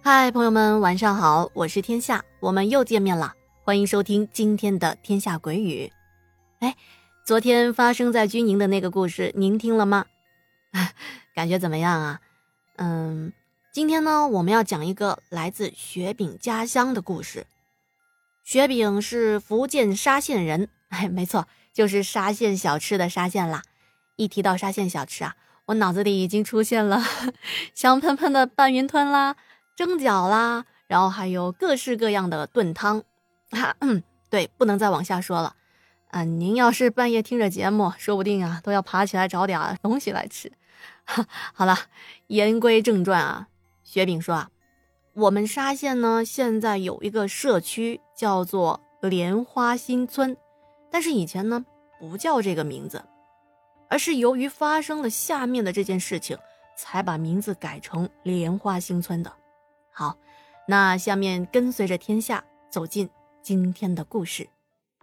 嗨，朋友们，晚上好，我是天下，我们又见面了，欢迎收听今天的天下鬼语。昨天发生在军营的那个故事，您听了吗？感觉怎么样啊？今天呢，我们要讲一个来自雪饼家乡的故事。雪饼是福建沙县人，没错，就是沙县小吃的沙县啦。一提到沙县小吃啊，我脑子里已经出现了香喷喷的拌云吞啦、蒸饺啦，然后还有各式各样的炖汤。对，不能再往下说了。您要是半夜听着节目，说不定啊都要爬起来找点东西来吃。好了，言归正传啊，雪饼说啊，我们沙县呢现在有一个社区叫做莲花新村，但是以前呢不叫这个名字，而是由于发生了下面的这件事情，才把名字改成莲花新村的。好，那下面跟随着天下走进今天的故事。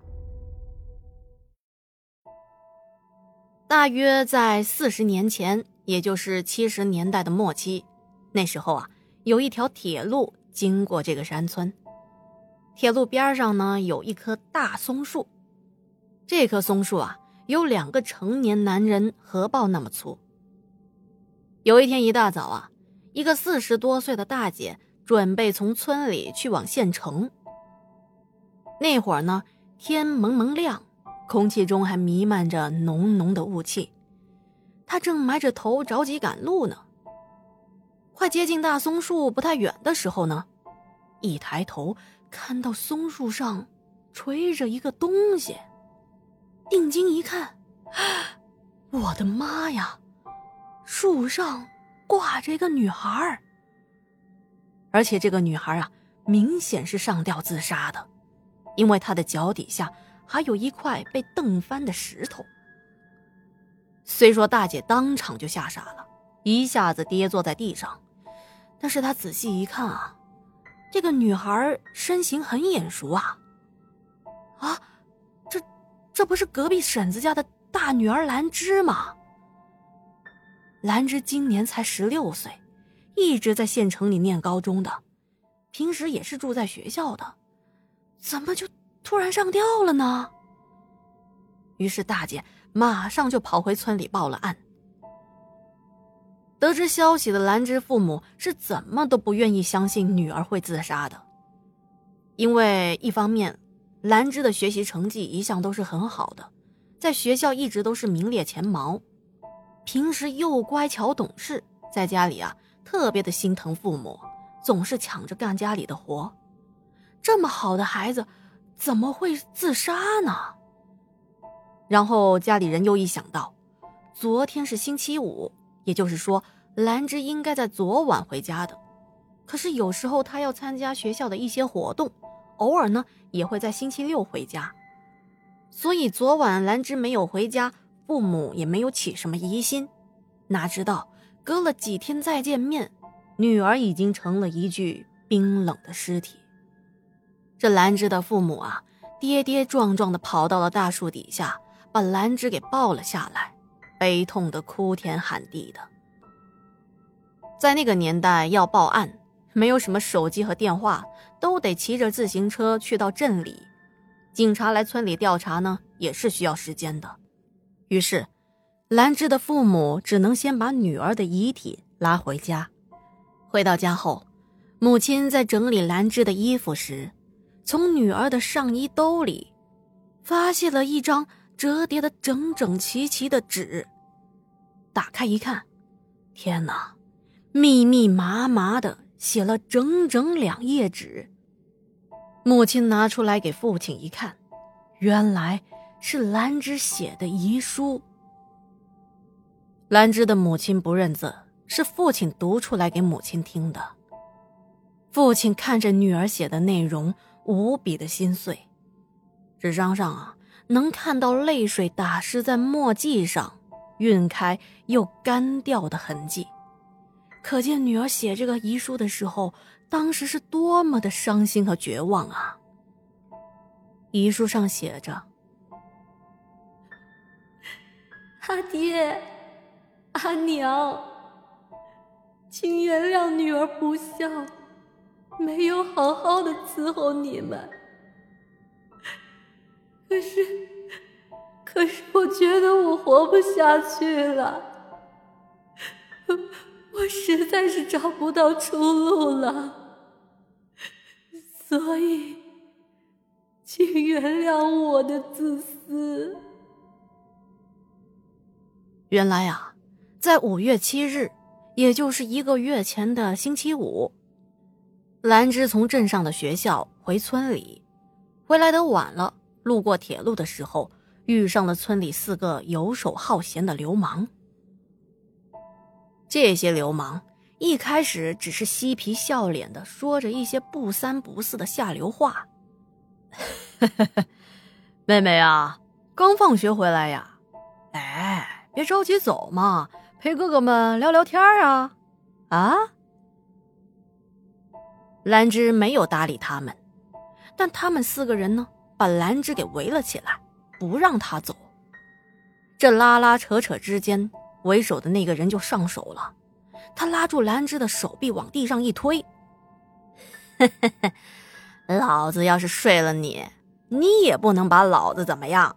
大约在40年前，也就是70年代的末期，那时候啊，有一条铁路经过这个山村。铁路边上呢，有一棵大松树。这棵松树啊，有2个成年男人合抱那么粗。有一天一大早啊，一个40多岁的大姐准备从村里去往县城。那会儿呢，天蒙蒙亮，空气中还弥漫着浓浓的雾气，他正埋着头着急赶路呢。快接近大松树不太远的时候呢，一抬头看到松树上垂着一个东西，定睛一看，我的妈呀，树上挂着一个女孩，而且这个女孩啊，明显是上吊自杀的，因为她的脚底下还有一块被蹬翻的石头。虽说大姐当场就吓傻了，一下子跌坐在地上，但是她仔细一看啊，这个女孩身形很眼熟啊！这不是隔壁婶子家的大女儿兰芝吗？兰芝今年才16岁，一直在县城里念高中的，平时也是住在学校的，怎么就突然上吊了呢？于是大姐马上就跑回村里报了案。得知消息的兰芝父母是怎么都不愿意相信女儿会自杀的，因为一方面兰芝的学习成绩一向都是很好的，在学校一直都是名列前茅，平时又乖巧懂事，在家里啊特别的心疼父母，总是抢着干家里的活。这么好的孩子怎么会自杀呢？然后家里人又一想到昨天是星期五，也就是说兰芝应该在昨晚回家的，可是有时候她要参加学校的一些活动，偶尔呢也会在星期六回家，所以昨晚兰芝没有回家，父母也没有起什么疑心。哪知道隔了几天再见面，女儿已经成了一具冰冷的尸体。这兰芝的父母啊，跌跌撞撞地跑到了大树底下，把兰芝给抱了下来，悲痛地哭天喊地的。在那个年代要报案，没有什么手机和电话，都得骑着自行车去到镇里，警察来村里调查呢，也是需要时间的。于是兰芝的父母只能先把女儿的遗体拉回家。回到家后，母亲在整理兰芝的衣服时，从女儿的上衣兜里发现了一张折叠的整整齐齐的纸。打开一看，天哪，密密麻麻的写了整整2页纸。母亲拿出来给父亲一看，原来是兰芝写的遗书。兰芝的母亲不认字，是父亲读出来给母亲听的。父亲看着女儿写的内容，无比的心碎。纸张上啊，能看到泪水打湿在墨迹上，晕开又干掉的痕迹，可见女儿写这个遗书的时候，当时是多么的伤心和绝望啊。遗书上写着： 阿爹，阿娘，请原谅女儿不孝， 没有好好的伺候你们。可是我觉得我活不下去了，我实在是找不到出路了，所以请原谅我的自私。 原来啊，在5月7日，也就是1个月前的星期五，兰芝从镇上的学校回村里，回来得晚了，路过铁路的时候，遇上了村里4个游手好闲的流氓。这些流氓一开始只是嬉皮笑脸的说着一些不三不四的下流话。妹妹啊，刚放学回来呀？哎，别着急走嘛，陪哥哥们聊聊天啊。啊？兰芝没有搭理他们，但他们4个人呢，把兰芝给围了起来，不让他走。这拉拉扯扯之间，为首的那个人就上手了，他拉住兰芝的手臂往地上一推。老子要是睡了你，你也不能把老子怎么样。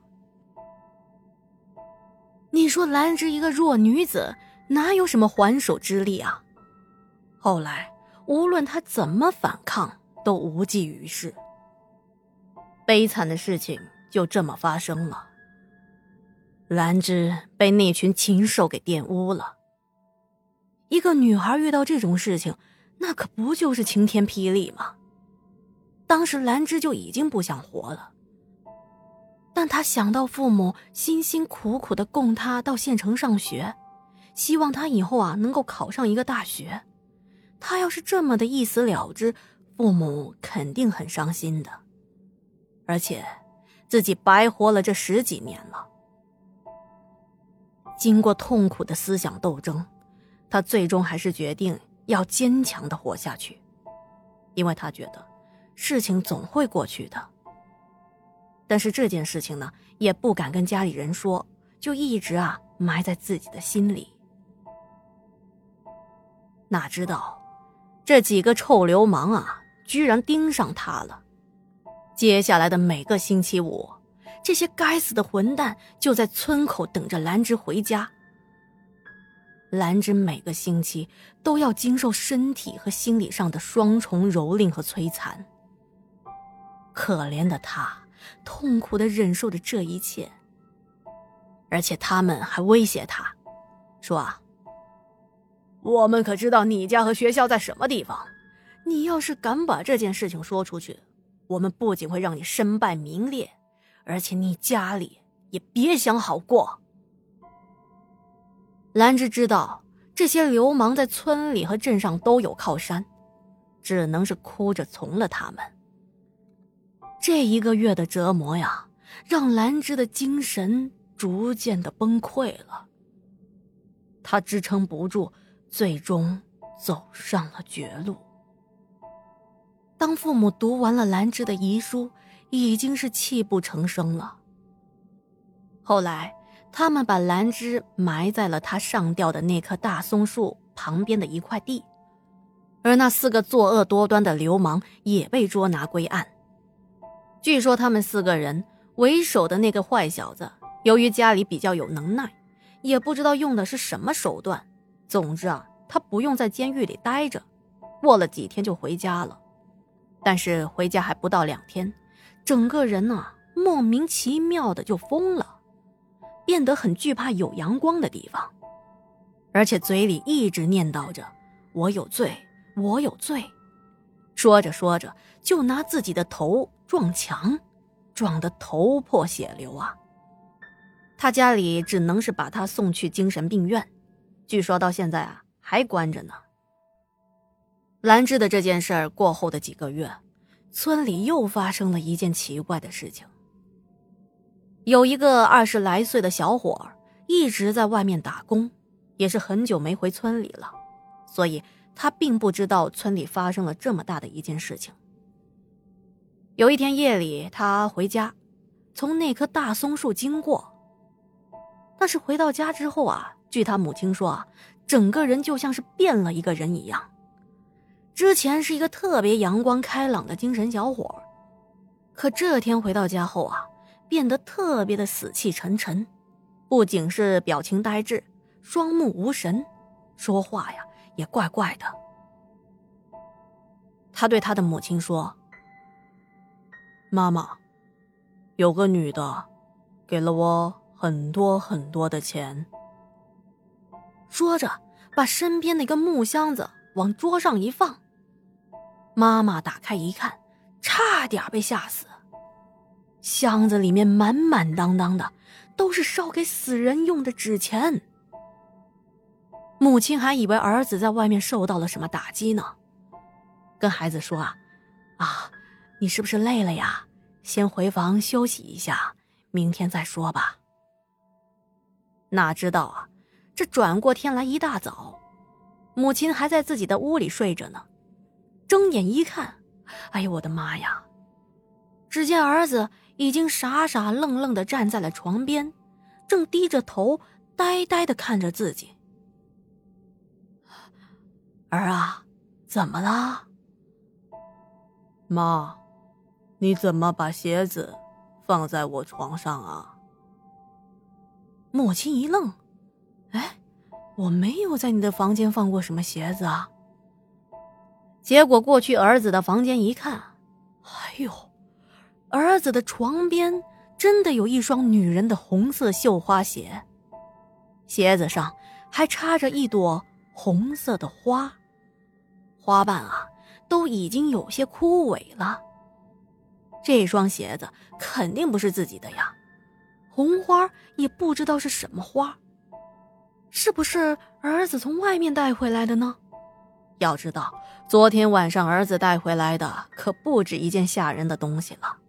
你说兰芝一个弱女子，哪有什么还手之力啊？后来无论她怎么反抗，都无济于事。悲惨的事情就这么发生了，兰芝被那群禽兽给玷污了。一个女孩遇到这种事情，那可不就是晴天霹雳吗？当时兰芝就已经不想活了，但她想到父母辛辛苦苦地供她到县城上学，希望她以后啊能够考上一个大学，她要是这么的一死了之，父母肯定很伤心的。而且自己白活了这10几年了。经过痛苦的思想斗争，他最终还是决定要坚强地活下去，因为他觉得事情总会过去的。但是这件事情呢，也不敢跟家里人说，就一直埋在自己的心里。哪知道这几个臭流氓居然盯上他了。接下来的每个星期五，这些该死的混蛋就在村口等着兰芝回家。兰芝每个星期都要经受身体和心理上的双重蹂躏和摧残。可怜的她痛苦地忍受着这一切，而且他们还威胁她说我们可知道你家和学校在什么地方，你要是敢把这件事情说出去，我们不仅会让你身败名裂，而且你家里也别想好过。兰芝知道这些流氓在村里和镇上都有靠山，只能是哭着从了他们。这1个月的折磨呀，让兰芝的精神逐渐的崩溃了。她支撑不住，最终走上了绝路。当父母读完了兰芝的遗书，已经是泣不成声了。后来他们把兰芝埋在了她上吊的那棵大松树旁边的一块地，而那4个作恶多端的流氓也被捉拿归案。据说他们4个人为首的那个坏小子，由于家里比较有能耐，也不知道用的是什么手段，总之他不用在监狱里待着，过了几天就回家了。但是回家还不到2天，整个人莫名其妙的就疯了，变得很惧怕有阳光的地方，而且嘴里一直念叨着我有罪，我有罪。说着说着就拿自己的头撞墙，撞得头破血流他家里只能是把他送去精神病院，据说到现在还关着呢。兰芝的这件事儿过后的几个月，村里又发生了一件奇怪的事情。有一个20来岁的小伙一直在外面打工，也是很久没回村里了，所以他并不知道村里发生了这么大的一件事情。有一天夜里，他回家，从那棵大松树经过，但是回到家之后据他母亲说整个人就像是变了一个人一样。 之前是一个特别阳光开朗的精神小伙，可这天回到家后啊，变得特别的死气沉沉，不仅是表情呆滞，双目无神，说话呀也怪怪的。他对他的母亲说：妈妈，有个女的给了我很多很多的钱。说着把身边那个木箱子往桌上一放，妈妈打开一看，差点被吓死。箱子里面满满当当的都是烧给死人用的纸钱。母亲还以为儿子在外面受到了什么打击呢，跟孩子说你是不是累了呀？先回房休息一下，明天再说吧。哪知道啊，这转过天来一大早，母亲还在自己的屋里睡着呢。睁眼一看，哎呦我的妈呀！只见儿子已经傻傻愣愣地站在了床边，正低着头呆呆地看着自己。儿啊，怎么了？妈，你怎么把鞋子放在我床上啊？母亲一愣，我没有在你的房间放过什么鞋子啊。结果过去儿子的房间一看，儿子的床边真的有一双女人的红色绣花鞋，鞋子上还插着一朵红色的花，花瓣都已经有些枯萎了。这双鞋子肯定不是自己的呀，红花也不知道是什么花，是不是儿子从外面带回来的呢？要知道昨天晚上儿子带回来的可不止一件吓人的东西了。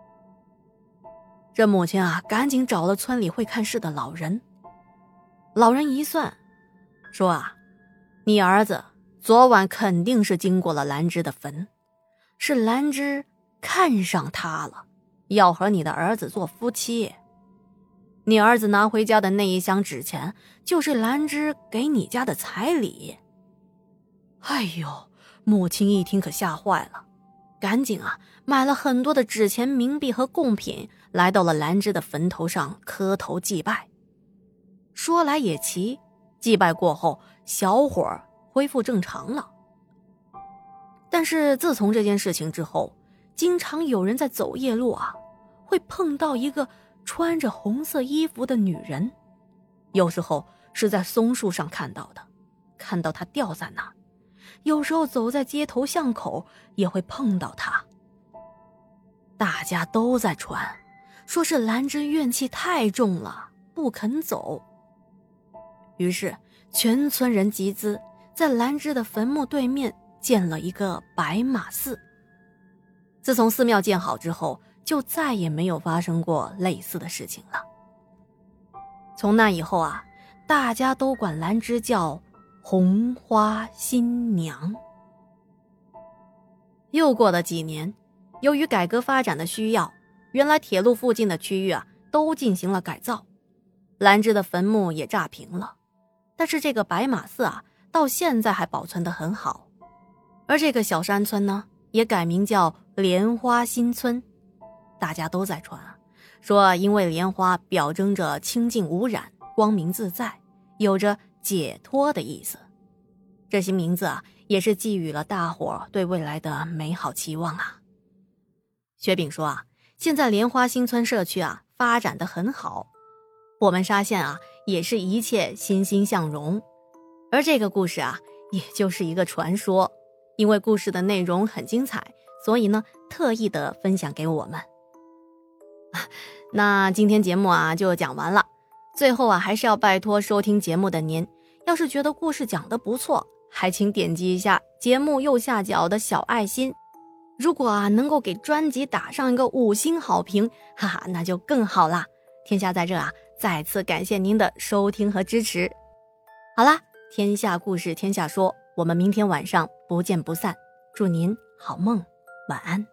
这母亲赶紧找了村里会看事的老人，老人一算说你儿子昨晚肯定是经过了兰芝的坟，是兰芝看上他了，要和你的儿子做夫妻。你儿子拿回家的那一箱纸钱就是兰芝给你家的彩礼。母亲一听可吓坏了，赶紧买了很多的纸钱、冥币和贡品，来到了兰芝的坟头上磕头祭拜。说来也奇，祭拜过后，小伙恢复正常了。但是自从这件事情之后，经常有人在走夜路会碰到一个穿着红色衣服的女人，有时候是在松树上看到的，看到她吊在那儿，有时候走在街头巷口也会碰到她。大家都在传，说是兰芝怨气太重了，不肯走。于是全村人集资，在兰芝的坟墓对面建了一个白马寺。自从寺庙建好之后，就再也没有发生过类似的事情了。从那以后大家都管兰芝叫红花新娘。又过了几年，由于改革发展的需要，原来铁路附近的区域都进行了改造，兰芝的坟墓也炸平了。但是这个白马寺到现在还保存得很好。而这个小山村呢，也改名叫莲花新村。大家都在传说因为莲花表征着清净无染、光明自在，有着解脱的意思。这些名字也是寄予了大伙对未来的美好期望雪饼说现在莲花新村社区发展得很好，我们沙县也是一切欣欣向荣。而这个故事也就是一个传说，因为故事的内容很精彩，所以呢特意的分享给我们。那今天节目就讲完了。最后还是要拜托收听节目的您，要是觉得故事讲得不错，还请点击一下节目右下角的小爱心。如果能够给专辑打上一个5星好评，那就更好啦。天下在这再次感谢您的收听和支持。好啦，天下故事天下说，我们明天晚上不见不散。祝您好梦，晚安。